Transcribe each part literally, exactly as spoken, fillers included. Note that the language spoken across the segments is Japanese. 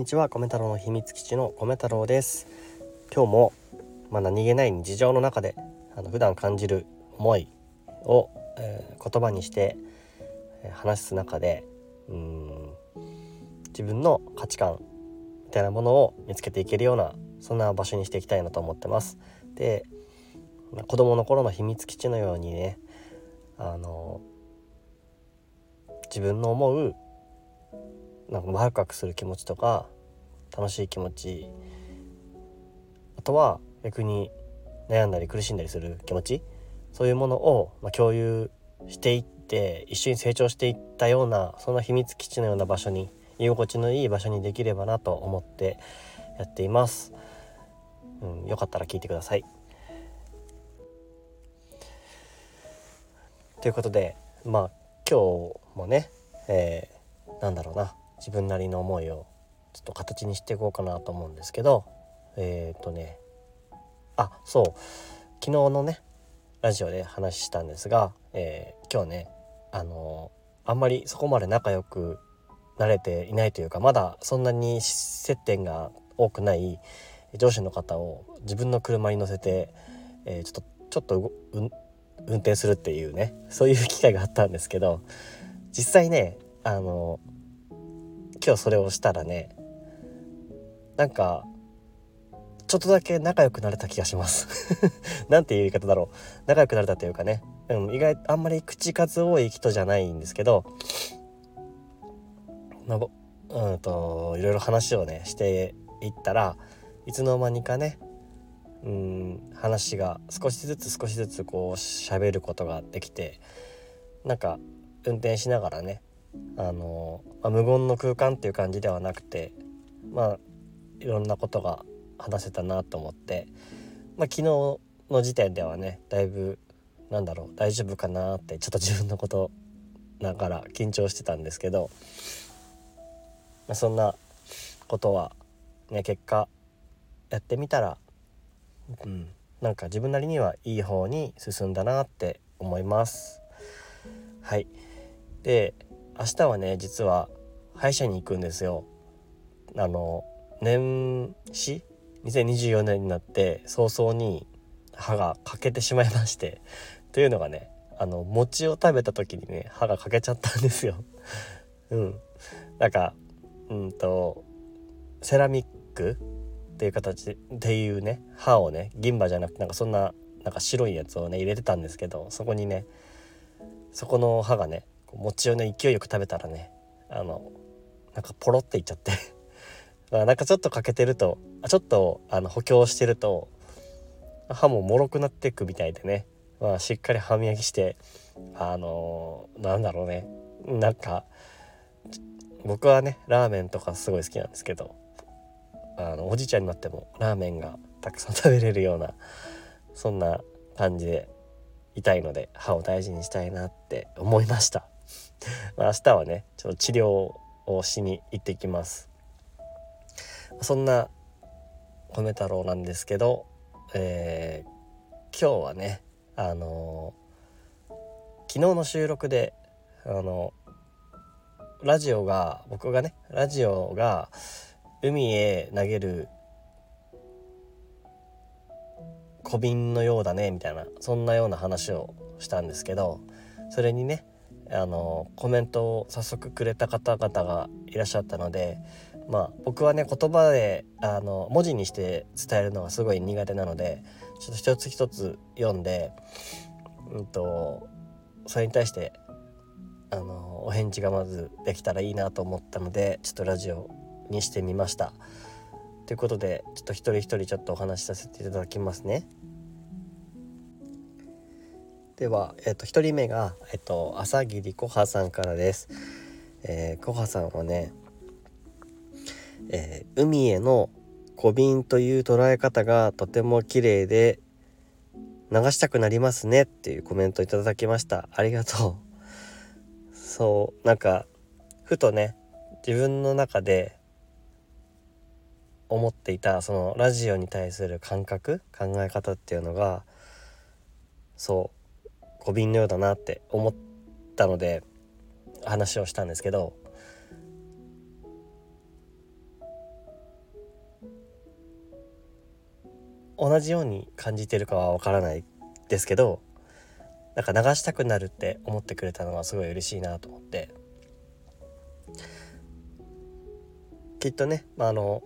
にちは。米太郎の秘密基地の米太郎です。今日も、まあ、何気ない日常の中であの普段感じる思いを、えー、言葉にして、えー、話す中でうーん自分の価値観みたいなものを見つけていけるような、そんな場所にしていきたいなと思ってます。で、まあ、子供の頃の秘密基地のようにね、あの自分の思うなんかワクワクする気持ちとか楽しい気持ち、あとは逆に悩んだり苦しんだりする気持ち、そういうものを、まあ、共有していって一緒に成長していったような、そんな秘密基地のような場所に、居心地のいい場所にできればなと思ってやっています。うん、よかったら聞いてください。ということで、まあ今日もね、えー、なんだろうな自分なりの思いをちょっと形にしていこうかなと思うんですけど、えー、っとねあそう昨日のねラジオで話したんですが、えー、今日ねあのー、あんまりそこまで仲良くなれていないというか、まだそんなに接点が多くない上司の方を自分の車に乗せて、えー、ちょっとちょっと運転するっていうね、そういう機会があったんですけど、実際ねあの今日それをしたらね、なんかちょっとだけ仲良くなれた気がしますなんていう言い方だろう、仲良くなれたというかね、うん、意外あんまり口数多い人じゃないんですけど、まあ、ぼうんといろいろ話をねしていったら、いつの間にかね、うん話が少しずつ少しずつこう喋ることができて、なんか運転しながらね、あの、まあ、無言の空間っていう感じではなくて、まあいろんなことが話せたなと思って、まあ、昨日の時点ではねだいぶなんだろう大丈夫かなってちょっと自分のことながら緊張してたんですけど、まあ、そんなことはね結果やってみたら、うん、なんか自分なりにはいい方に進んだなって思います。はい。で、明日はね実は歯医者に行くんですよ。あの年始にせんにじゅうよねんになって早々に歯が欠けてしまいまして、というのがね、あの餅を食べた時にね歯が欠けちゃったんですようんなんかうんとセラミックっていう形っていうね歯をね、銀歯じゃなくてなんかそんななんか白いやつをね入れてたんですけど、そこにねそこの歯がね餅をね勢いよく食べたらね、あのなんかポロっていっちゃってなんかちょっと欠けてると、ちょっとあの補強してると歯も脆くなっていくみたいでね、まあ、しっかり歯磨きしてあのー、なんだろうね、なんか僕はねラーメンとかすごい好きなんですけど、あのおじいちゃんになってもラーメンがたくさん食べれるような、そんな感じでいたいので歯を大事にしたいなって思いましたまあ明日はねちょっと治療をしに行ってきます。そんな米太郎なんですけど、えー、今日はねあのー、昨日の収録であのラジオが僕がねラジオが海へ投げる小瓶のようだねみたいな、そんなような話をしたんですけど、それにねあのコメントを早速くれた方々がいらっしゃったので、まあ僕はね言葉であの文字にして伝えるのがすごい苦手なので、ちょっと一つ一つ読んで、うんとそれに対してあのお返事がまずできたらいいなと思ったので、ちょっとラジオにしてみました。ということでちょっと一人一人ちょっとお話しさせていただきますね。では、えっと、一人目が、えっと、朝霧小葉さんからです。えー、小葉さんはね、えー、海への小瓶という捉え方がとても綺麗で流したくなりますねっていうコメントいただきました。ありがとう。そうなんかふとね自分の中で思っていたそのラジオに対する感覚考え方っていうのがそう小瓶のようだなって思ったので話をしたんですけど、 同じように感じてるかはわからないですけど、なんか流したくなるって思ってくれたのはすごい嬉しいなと思って、きっとね、まあ、あの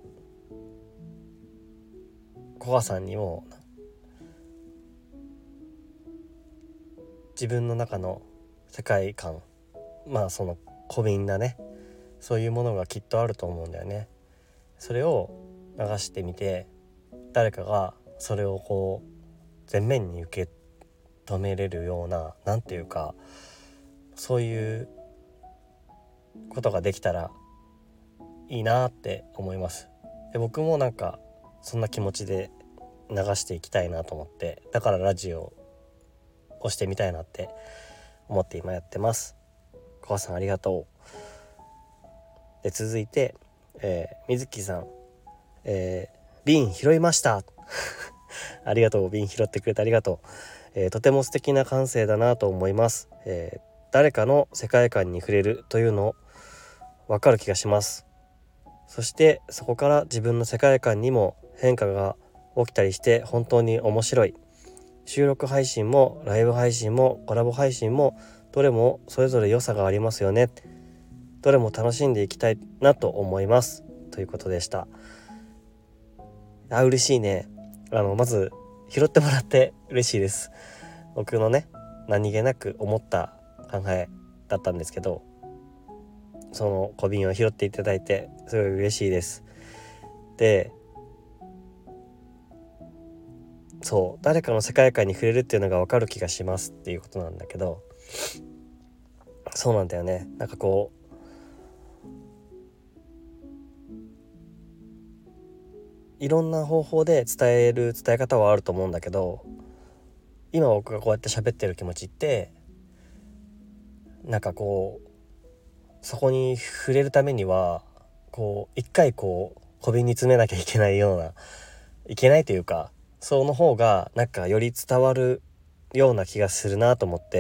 コアさんにも自分の中の世界観、まあその小瓶なね、そういうものがきっとあると思うんだよね。それを流してみて、誰かがそれをこう前面に受け止めれるような、なんていうか、そういうことができたらいいなって思います。で、僕もなんかそんな気持ちで流していきたいなと思って、だからラジオをしてみたいなって思って今やってます。コアさんありがとう。で、続いて、えー、水木さん、えー、瓶拾いましたありがとう。瓶拾ってくれてありがとう。えー、とても素敵な感性だなと思います。えー、誰かの世界観に触れるというの分かる気がします。そしてそこから自分の世界観にも変化が起きたりして本当に面白い。収録配信もライブ配信もコラボ配信もどれもそれぞれ良さがありますよね。どれも楽しんでいきたいなと思います、ということでした。あ、嬉しいね。あのまず拾ってもらって嬉しいです。僕のね、何気なく思った考えだったんですけど、その小瓶を拾っていただいてすごい嬉しいです。で、そう誰かの世界観に触れるっていうのが分かる気がしますっていうことなんだけど、そうなんだよね。なんかこういろんな方法で伝える伝え方はあると思うんだけど、今僕がこうやって喋ってる気持ちって、なんかこうそこに触れるためにはこう一回こう小瓶に詰めなきゃいけないようないけないというか、その方がなんかより伝わるような気がするなと思って、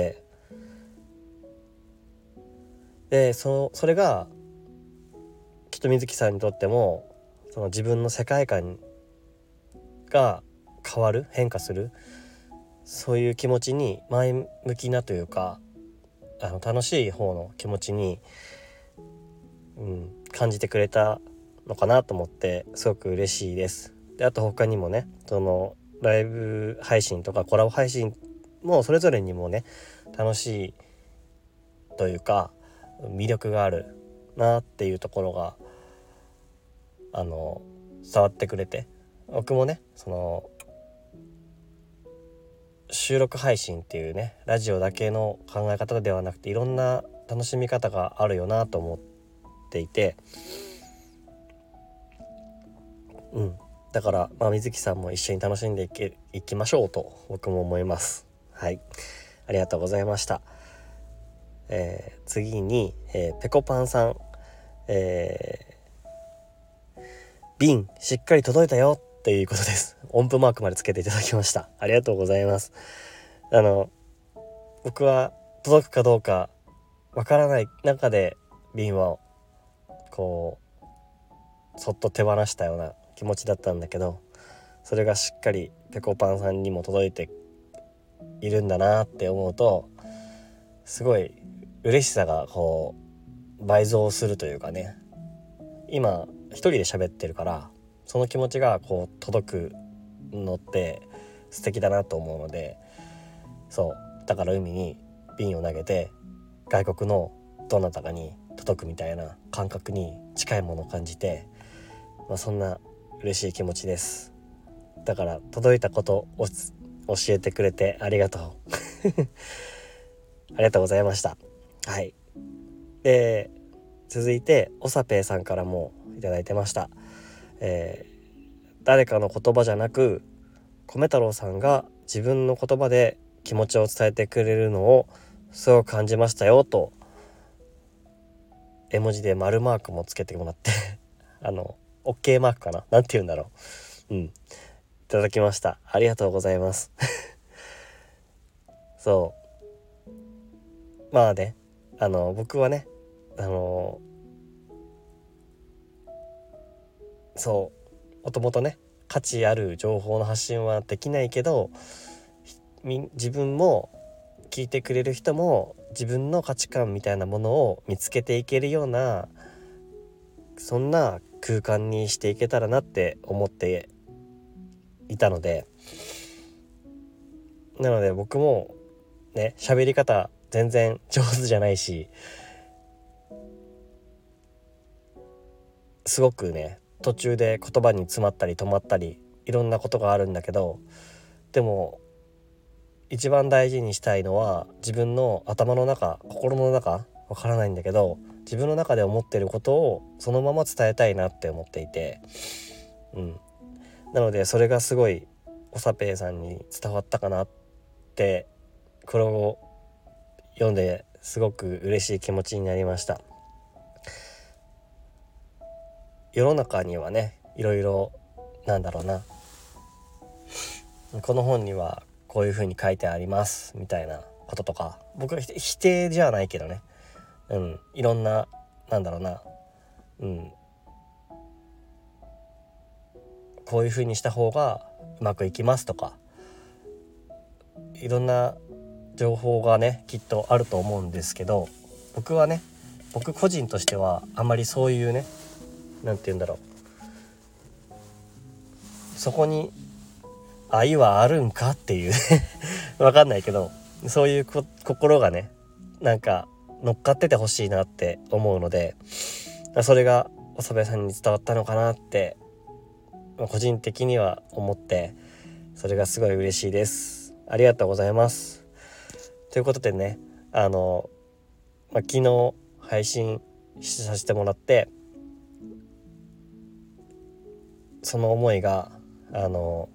で そ, それがきっと水木さんにとってもその自分の世界観が変わる変化する、そういう気持ちに前向きなというか、あの楽しい方の気持ちに、うん、感じてくれたのかなと思ってすごく嬉しいです。で、あと他にもね、そのライブ配信とかコラボ配信もそれぞれにもね楽しいというか魅力があるなっていうところがあの伝わってくれて、僕もねその収録配信っていうねラジオだけの考え方ではなくていろんな楽しみ方があるよなと思っていて、うん、だから、まあ、水木さんも一緒に楽しんでいけいきましょうと僕も思います。はい、ありがとうございました。えー、次に、えー、ペコパンさん、えー、瓶しっかり届いたよっていうことです。音符マークまでつけていただきました。ありがとうございます。あの僕は届くかどうかわからない中で瓶をこうそっと手放したような気持ちだったんだけど、それがしっかりペコパンさんにも届いているんだなって思うと、すごい嬉しさがこう倍増するというかね、今一人で喋ってるからその気持ちがこう届くのって素敵だなと思うので、そうだから海に瓶を投げて外国のどなたかに届くみたいな感覚に近いものを感じて、まあ、そんな嬉しい気持ちです。だから届いたことを教えてくれてありがとうありがとうございました。はい。で、続いておさぺいさんからもいただいてました。えー、誰かの言葉じゃなく米太郎さんが自分の言葉で気持ちを伝えてくれるのをすごく感じましたよと絵文字で丸マークもつけてもらってあの OK マークかな、なんて言うんだろう、うん、いただきました。ありがとうございますそうまあね、あの僕はねあのそうもともとね価値ある情報の発信はできないけど、自分も聞いてくれる人も自分の価値観みたいなものを見つけていけるような、そんな空間にしていけたらなって思っていたので、なので僕もね、喋り方全然上手じゃないし、すごくね途中で言葉に詰まったり止まったりいろんなことがあるんだけど、でも一番大事にしたいのは自分の頭の中、心の中、わからないんだけど自分の中で思っていることをそのまま伝えたいなって思っていて、うん、なのでそれがすごいおさぺいさんに伝わったかなって、これを読んですごく嬉しい気持ちになりました。世の中にはね、いろいろなんだろうな、この本にはこういう風に書いてありますみたいなこととか、僕は否定じゃないけどね、うん、いろんななんだろうな、うん、こういう風にした方がうまくいきますとか、いろんな情報がねきっとあると思うんですけど、僕はね、僕個人としてはあまりそういうね、なんて言うんだろう、そこに愛はあるんかっていうわかんないけど、そういうこ心がねなんか乗っかっててほしいなって思うので、それがおさべさんに伝わったのかなって個人的には思って、それがすごい嬉しいです。ありがとうございます。ということでね、あの、まあ、昨日配信させてもらって、その思いがあの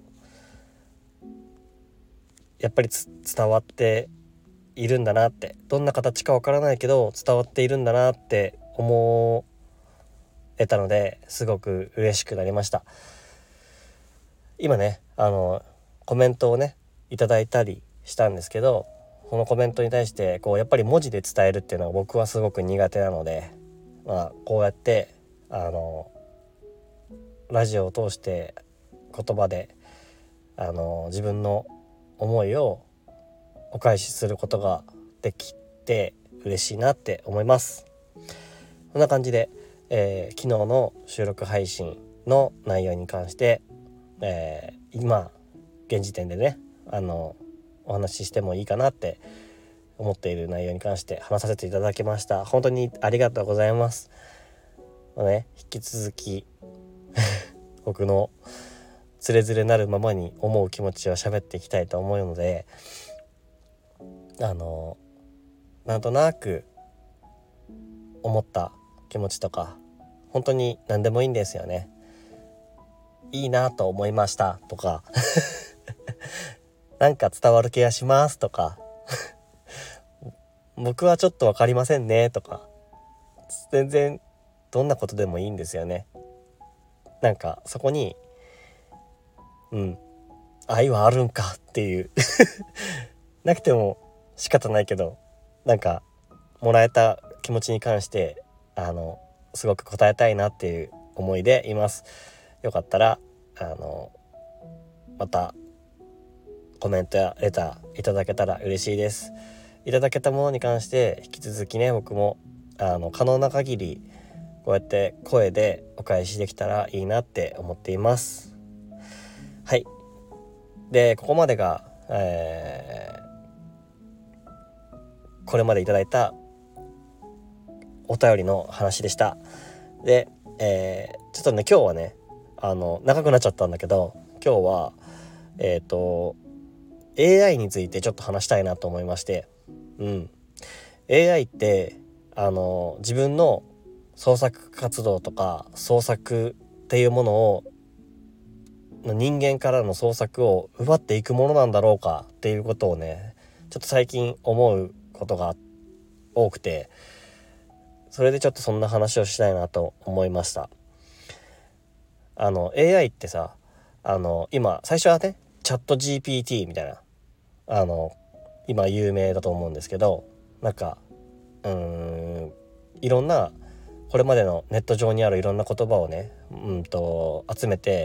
やっぱり伝わっているんだなって、どんな形かわからないけど伝わっているんだなって思えたので、すごく嬉しくなりました。今ね、あのコメントをねいただいたりしたんですけど、このコメントに対してこうやっぱり文字で伝えるっていうのは僕はすごく苦手なので、まあこうやってあのラジオを通して言葉であの自分の思いをお返しすることができて嬉しいなって思います。こんな感じで、えー、昨日の収録配信の内容に関して、えー、今現時点でねあのお話ししてもいいかなって思っている内容に関して話させていただきました。本当にありがとうございます。ね、引き続き僕のつれづれなるままに思う気持ちを喋っていきたいと思うので、あのなんとなく思った気持ちとか本当に何でもいいんですよね。いいなと思いましたとかなんか伝わる気がしますとか僕はちょっと分かりませんねとか、全然どんなことでもいいんですよね。なんかそこにうん愛はあるんかっていうなくても仕方ないけど、なんかもらえた気持ちに関してあのすごく答えたいなっていう思いでいます。よかったらあのまたコメントやレターいただけたら嬉しいです。いただけたものに関して引き続きね、僕もあの可能な限りこうやって声でお返しできたらいいなって思っています。はい。でここまでが、えー、これまでいただいたお便りの話でした。で、えー、ちょっとね今日はねあの長くなっちゃったんだけど、今日はえっと エーアイ についてちょっと話したいなと思いまして、うん、エーアイ ってあの自分の創作活動とか創作っていうものを人間からの創作を奪っていくものなんだろうかっていうことをねちょっと最近思うことが多くて、それでちょっとそんな話をしたいなと思いました。あの エーアイ ってさ、あの今最初はねチャット ジーピーティー みたいなあの今有名だと思うんですけど、なんかうーんいろんなこれまでのネット上にあるいろんな言葉をねうんと集めて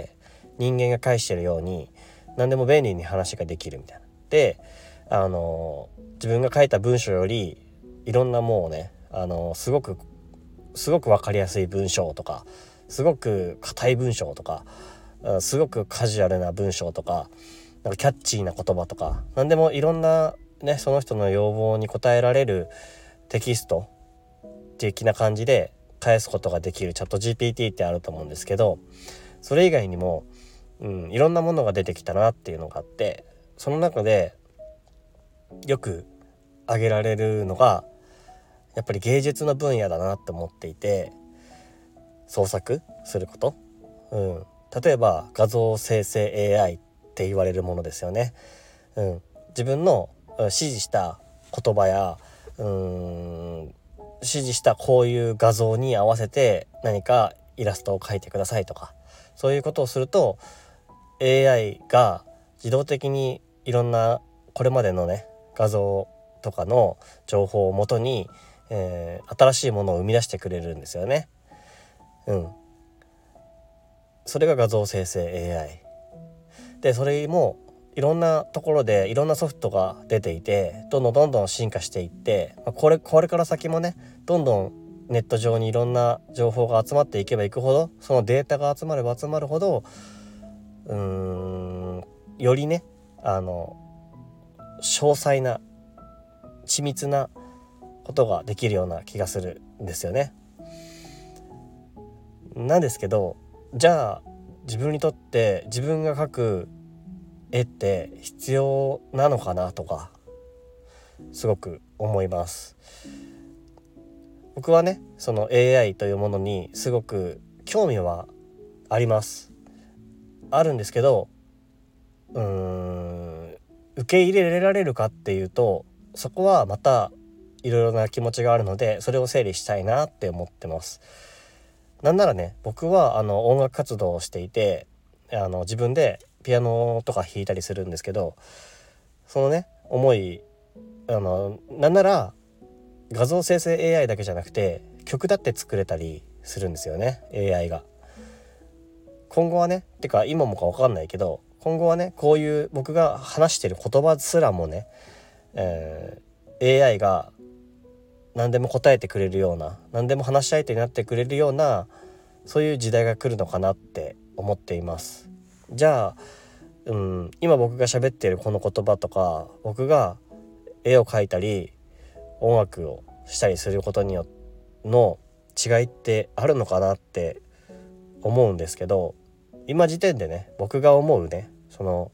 人間が返してるように何でも便利に話ができるみたいな。で、あの自分が書いた文章よりいろんなもうね、あのすごくすごく分かりやすい文章とか、すごく硬い文章とか、すごくカジュアルな文章とか、なんかキャッチーな言葉とか、何でもいろんなね、その人の要望に応えられるテキスト的な感じで返すことができるチャット ジーピーティー ってあると思うんですけど、それ以外にも、うん、いろんなものが出てきたなっていうのがあって、その中でよく挙げられるのがやっぱり芸術の分野だなって思っていて、創作すること、うん、例えば画像生成 エーアイ って言われるものですよね。うん、自分の指示した言葉やうーん指示したこういう画像に合わせて何かイラストを描いてくださいとか、そういうことをすると エーアイ が自動的にいろんなこれまでのね画像とかの情報をもとに、えー、新しいものを生み出してくれるんですよね。うん、それが画像生成 エーアイ で、それもいろんなところでいろんなソフトが出ていて、どんどんどんどん進化していって、これこれから先もね、どんどんネット上にいろんな情報が集まっていけばいくほど、そのデータが集まれば集まるほど、うーんよりね、あの詳細な緻密なことができるような気がするんですよね。なんですけど、じゃあ自分にとって自分が描く絵って必要なのかなとかすごく思います。僕はね、その エーアイ というものにすごく興味はありますあるんですけど、うーん受け入れられるかっていうと、そこはまたいろいろな気持ちがあるので、それを整理したいなって思ってます。なんならね、僕はあの音楽活動をしていて、あの自分でピアノとか弾いたりするんですけど、そのね思い、あのなんなら画像生成 エーアイ だけじゃなくて曲だって作れたりするんですよね、 エーアイ が。今後はね、てか今もか分かんないけど、今後はね、こういう僕が話してる言葉すらもね、えー、エーアイ が何でも答えてくれるような、何でも話し相手になってくれるような、そういう時代が来るのかなって思っています。じゃあ、うん、今僕が喋っているこの言葉とか、僕が絵を描いたり音楽をしたりすることによの違いってあるのかなって思うんですけど、今時点でね、僕が思うね、その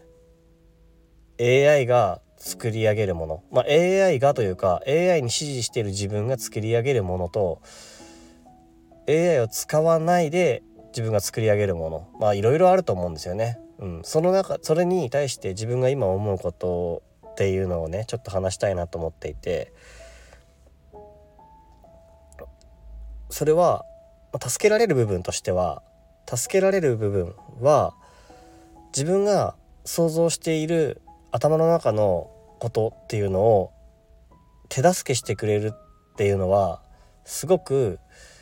エーアイ が作り上げるもの、まあ エーアイ がというか エーアイ に指示している自分が作り上げるものと、 エーアイ を使わないで自分が作り上げるもの、まあいろいろあると思うんですよね。うん、その中、それに対して自分が今思うことっていうのをね、ちょっと話したいなと思っていて、それは助けられる部分としては、助けられる部分は自分が想像している頭の中のことっていうのを手助けしてくれるっていうのはすごく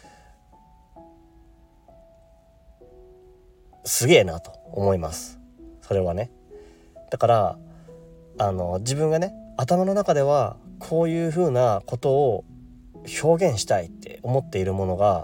すげえなと思います。それはね、だからあの自分がね、頭の中ではこういう風なことを表現したいって思っているものが、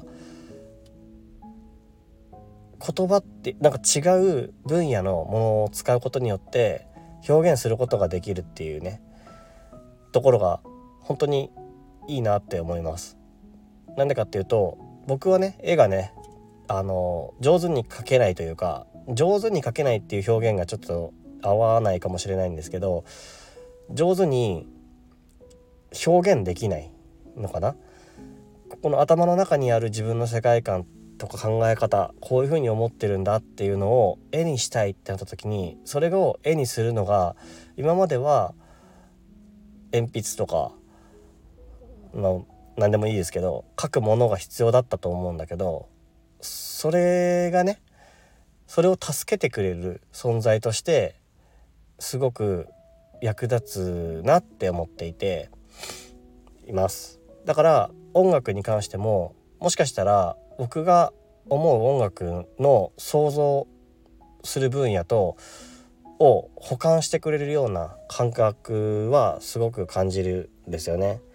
言葉ってなんか違う分野のものを使うことによって表現することができるっていうね、ところが本当にいいなって思います。なんでかっていうと、僕はね、絵がね、あの上手に描けないというか、上手に描けないっていう表現がちょっと合わないかもしれないんですけど、上手に表現できないのかな。この頭の中にある自分の世界観とか考え方、こういう風に思ってるんだっていうのを絵にしたいってなった時に、それを絵にするのが今までは鉛筆とか、まあ、何でもいいですけど書くものが必要だったと思うんだけど、それがね、それを助けてくれる存在としてすごく役立つなって思っていています。だから音楽に関しても、もしかしたら僕が思う音楽の想像する分野とを補完してくれるような感覚はすごく感じるんですよね。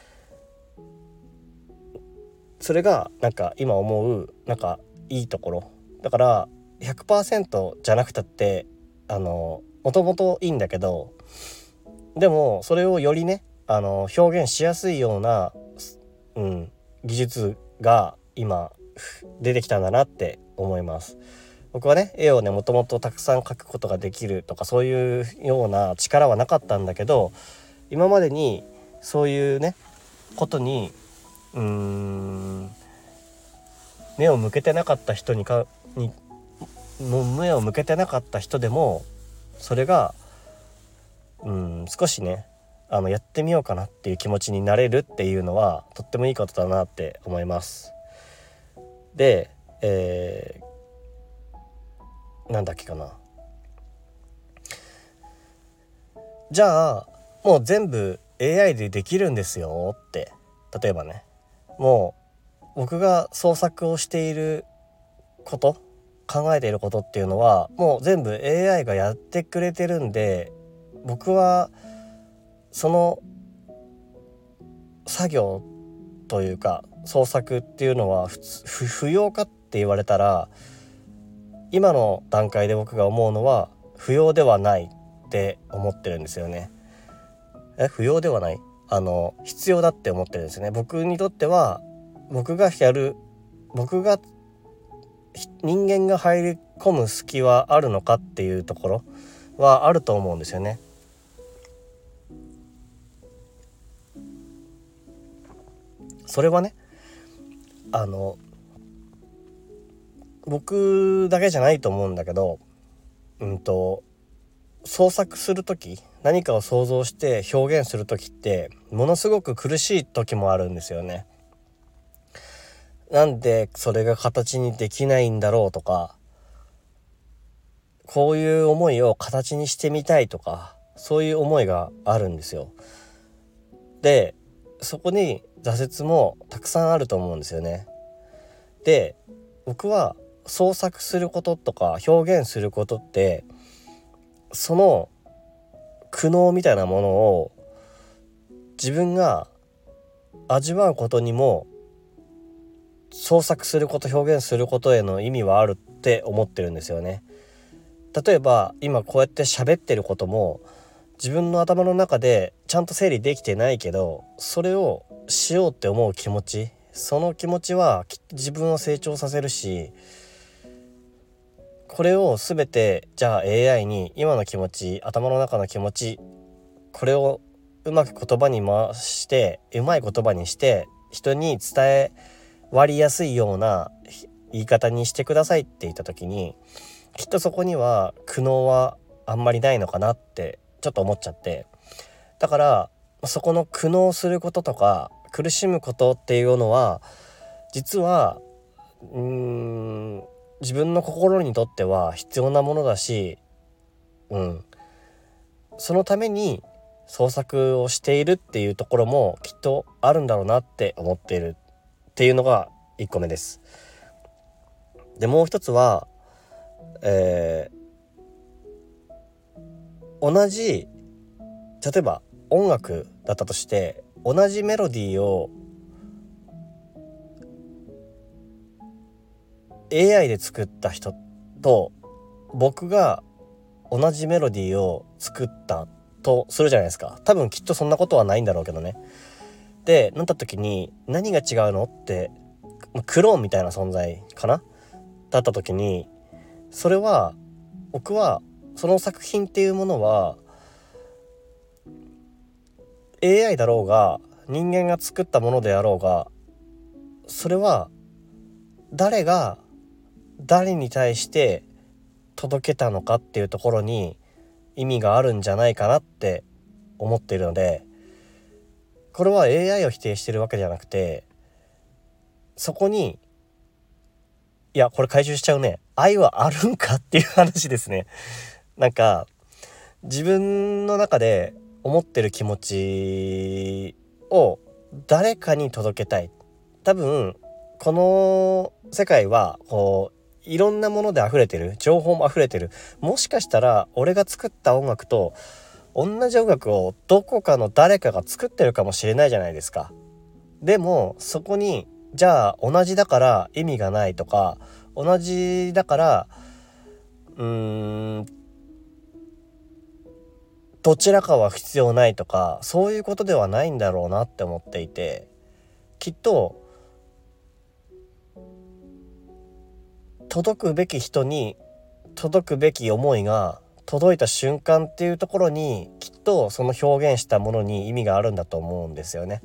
それがなんか今思うなんかいいところだから、 ひゃくパーセント じゃなくたってあのもともといいんだけど、でもそれをよりねあの表現しやすいような、うん、技術が今出てきたんだなって思います。僕はね絵をねもともとたくさん描くことができるとかそういうような力はなかったんだけど、今までにそういうねことにうーん目を向けてなかった人にかにも目を向けてなかった人でもそれがうん少しねあのやってみようかなっていう気持ちになれるっていうのはとってもいいことだなって思います。で、えー、なんだっけかなじゃあもう全部 エーアイ でできるんですよって、例えばねもう僕が創作をしていること考えていることっていうのはもう全部 エーアイ がやってくれてるんで、僕はその作業というか創作っていうのは普通不不要かって言われたら、今の段階で僕が思うのは不要ではないって思ってるんですよね。え不要ではないあの必要だって思ってるんですね。僕にとっては僕がやる僕が人間が入り込む隙はあるのかっていうところはあると思うんですよね。それはねあの僕だけじゃないと思うんだけど、うんと創作する時何かを想像して表現する時ってものすごく苦しい時もあるんですよね。なんでそれが形にできないんだろうとか、こういう思いを形にしてみたいとか、そういう思いがあるんですよ。でそこに挫折もたくさんあると思うんですよね。で僕は創作することとか表現することってその苦悩みたいなものを自分が味わうことにも創作すること表現することへの意味はあるって思ってるんですよね。例えば今こうやって喋ってることも自分の頭の中でちゃんと整理できてないけど、それをしようって思う気持ち、その気持ちはきっと自分を成長させるし、これを全てじゃあ エーアイ に今の気持ち、頭の中の気持ち、これをうまく言葉に回してうまい言葉にして人に伝え割りやすいような言い方にしてくださいって言った時に、きっとそこには苦悩はあんまりないのかなってちょっと思っちゃって、だからそこの苦悩することとか苦しむことっていうのは実はうーん自分の心にとっては必要なものだし、うん、そのために創作をしているっていうところもきっとあるんだろうなって思っているっていうのがいっこめです。でもう一つは、えー、同じ例えば音楽だったとして同じメロディーを エーアイ で作った人と僕が同じメロディーを作ったとするじゃないですか。多分きっとそんなことはないんだろうけどね。でなった時に何が違うのってクローンみたいな存在かなだった時に、それは僕はその作品っていうものは エーアイ だろうが人間が作ったものであろうが、それは誰が誰に対して届けたのかっていうところに意味があるんじゃないかなって思っているので、これは エーアイ を否定してるわけじゃなくて、そこにいやこれ回収しちゃうね、愛はあるんかっていう話ですね。なんか自分の中で思ってる気持ちを誰かに届けたい。多分この世界はこういろんなもので溢れてる、情報も溢れてる。もしかしたら俺が作った音楽と同じ音楽をどこかの誰かが作ってるかもしれないじゃないですか。でもそこにじゃあ同じだから意味がないとか、同じだからうーんどちらかは必要ないとか、そういうことではないんだろうなって思っていて、きっと届くべき人に届くべき思いが届いた瞬間っていうところに、きっとその表現したものに意味があるんだと思うんですよね。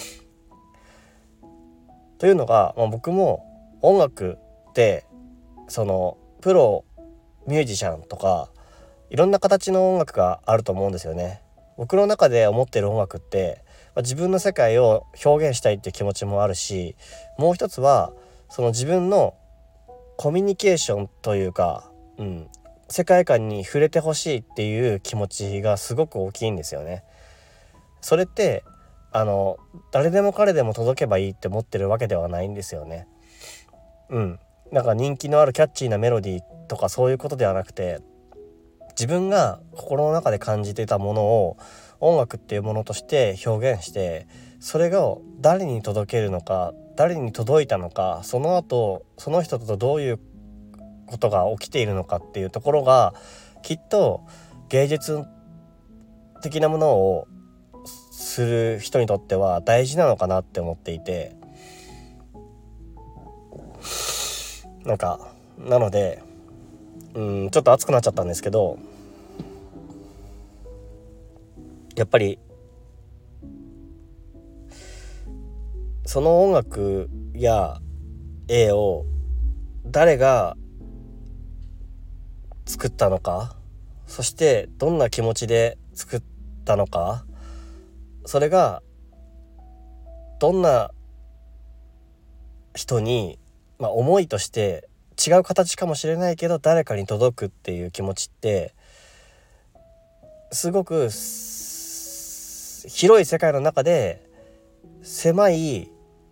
というのが、まあ、僕も音楽ってそのプロミュージシャンとかいろんな形の音楽があると思うんですよね。僕の中で思ってる音楽って、まあ、自分の世界を表現したいっていう気持ちもあるし、もう一つはその自分のコミュニケーションというか、うん、世界観に触れてほしいっていう気持ちがすごく大きいんですよね。それってあの誰でも彼でも届けばいいって思ってるわけではないんですよね。うん、なんか人気のあるキャッチーなメロディーとかそういうことではなくて、自分が心の中で感じていたものを音楽っていうものとして表現して、それが誰に届けるのか、誰に届いたのか、その後その人とどういうことが起きているのかっていうところが、きっと芸術的なものをする人にとっては大事なのかなって思っていて、なんかなのでうんちょっと熱くなっちゃったんですけど、やっぱりその音楽や絵を誰が作ったのか、そしてどんな気持ちで作ったのか、それがどんな人に、まあ、思いとして違う形かもしれないけど誰かに届くっていう気持ちってすごく広い世界の中で狭い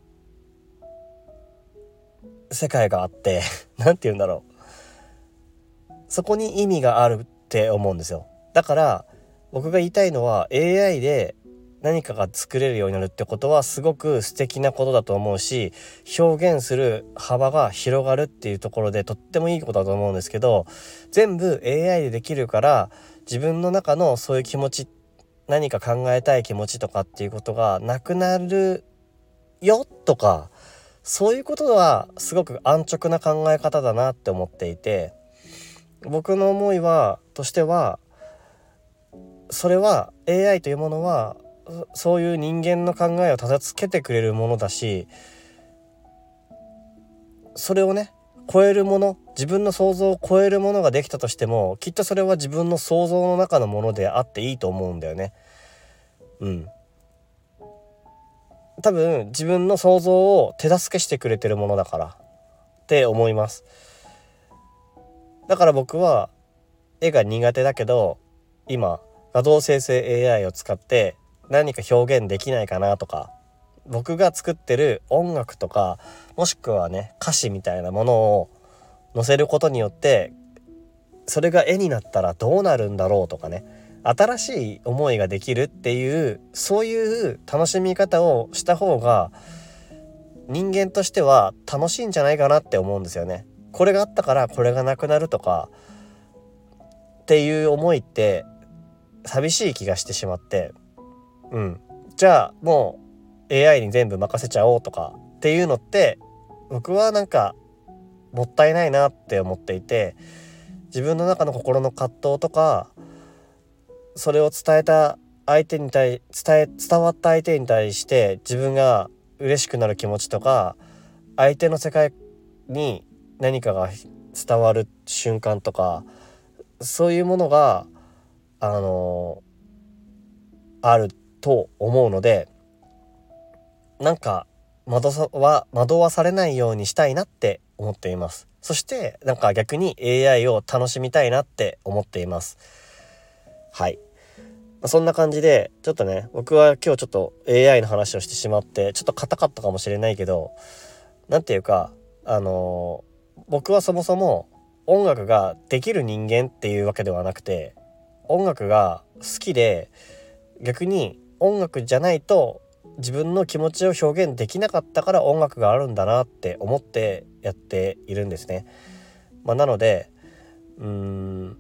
世界があってなんて言うんだろう、そこに意味があるって思うんですよ。だから僕が言いたいのは エーアイ で何かが作れるようになるってことはすごく素敵なことだと思うし、表現する幅が広がるっていうところでとってもいいことだと思うんですけど、全部 エーアイ でできるから自分の中のそういう気持ち、何か考えたい気持ちとかっていうことがなくなるよとか、そういうことはすごく安直な考え方だなって思っていて、僕の思いはとしてはそれは エーアイ というものはそういう人間の考えを助けてくれるものだし、それをね超えるもの、自分の想像を超えるものができたとしても、きっとそれは自分の想像の中のものであっていいと思うんだよね。うん多分自分の想像を手助けしてくれてるものだからって思います。だから僕は絵が苦手だけど今画像生成 エーアイ を使って何か表現できないかなとか、僕が作ってる音楽とかもしくはね歌詞みたいなものを載せることによってそれが絵になったらどうなるんだろうとかね、新しい思いができるっていう、そういう楽しみ方をした方が人間としては楽しいんじゃないかなって思うんですよね。これがあったからこれがなくなるとかっていう思いって寂しい気がしてしまって、うんじゃあもう エーアイ に全部任せちゃおうとかっていうのって僕はなんかもったいないなって思っていて、自分の中の心の葛藤とかそれを伝えた相手に対伝え伝わった相手に対して自分が嬉しくなる気持ちとか、相手の世界に何かが伝わる瞬間とか、そういうものがあのあると思うので、なんか惑さは惑わされないようにしたいなって思っています。そしてなんか逆に エーアイ を楽しみたいなって思っています。はい、そんな感じでちょっとね僕は今日ちょっと エーアイ の話をしてしまってちょっと硬かったかもしれないけど、なんていうかあのー、 僕はそもそも音楽ができる人間っていうわけではなくて、音楽が好きで、逆に音楽じゃないと自分の気持ちを表現できなかったから音楽があるんだなって思ってやっているんですね。まあ、なのでうーん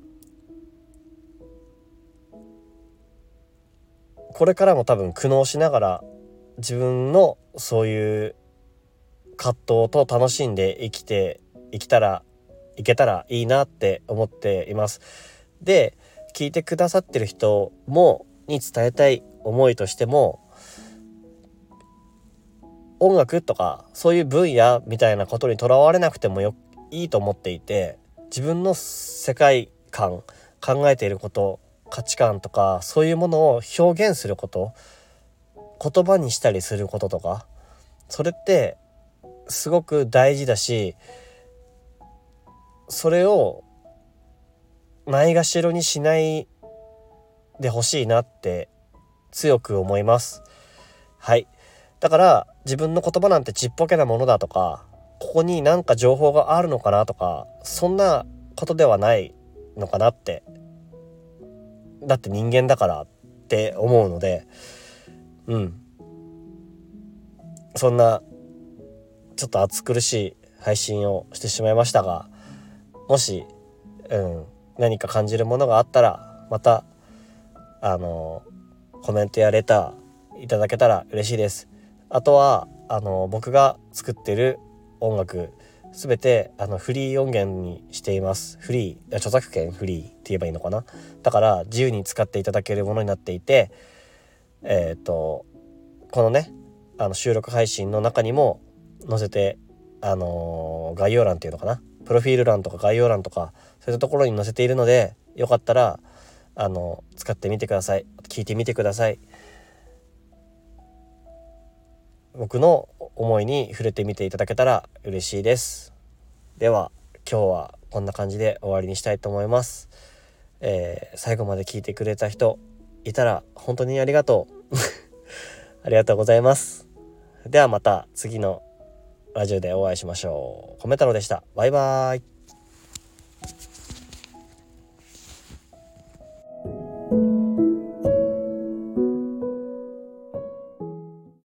これからも多分苦悩しながら自分のそういう葛藤と楽しんで生きて生きたらいけたらいいなって思っています。で、聞いてくださってる人もに伝えたい思いとしても、音楽とかそういう分野みたいなことにとらわれなくてもよいいと思っていて、自分の世界観、考えていること、価値観とかそういうものを表現すること、言葉にしたりすることとか、それってすごく大事だし、それをないがしろにしないでほしいなって強く思います。はい。だから自分の言葉なんてちっぽけなものだとか、ここになんか情報があるのかなとか、そんなことではないのかなって、だって人間だからって思うので、うんそんなちょっと暑苦しい配信をしてしまいましたが、もし、うん、何か感じるものがあったら、またあのコメントやレターいただけたら嬉しいです。あとはあの僕が作ってる音楽すべてあのフリー音源にしています。フリー、著作権フリーって言えばいいのかな。だから自由に使っていただけるものになっていて、えっとこのねあの収録配信の中にも載せて、あのー、概要欄っていうのかな、プロフィール欄とか概要欄とかそういったところに載せているので、よかったらあの使ってみてください。聞いてみてください。僕の思いに触れてみていただけたら嬉しいです。では今日はこんな感じで終わりにしたいと思います。えー、最後まで聞いてくれた人いたら本当にありがとうありがとうございます。ではまた次のラジオでお会いしましょう。コメ太郎でした。バイバーイ。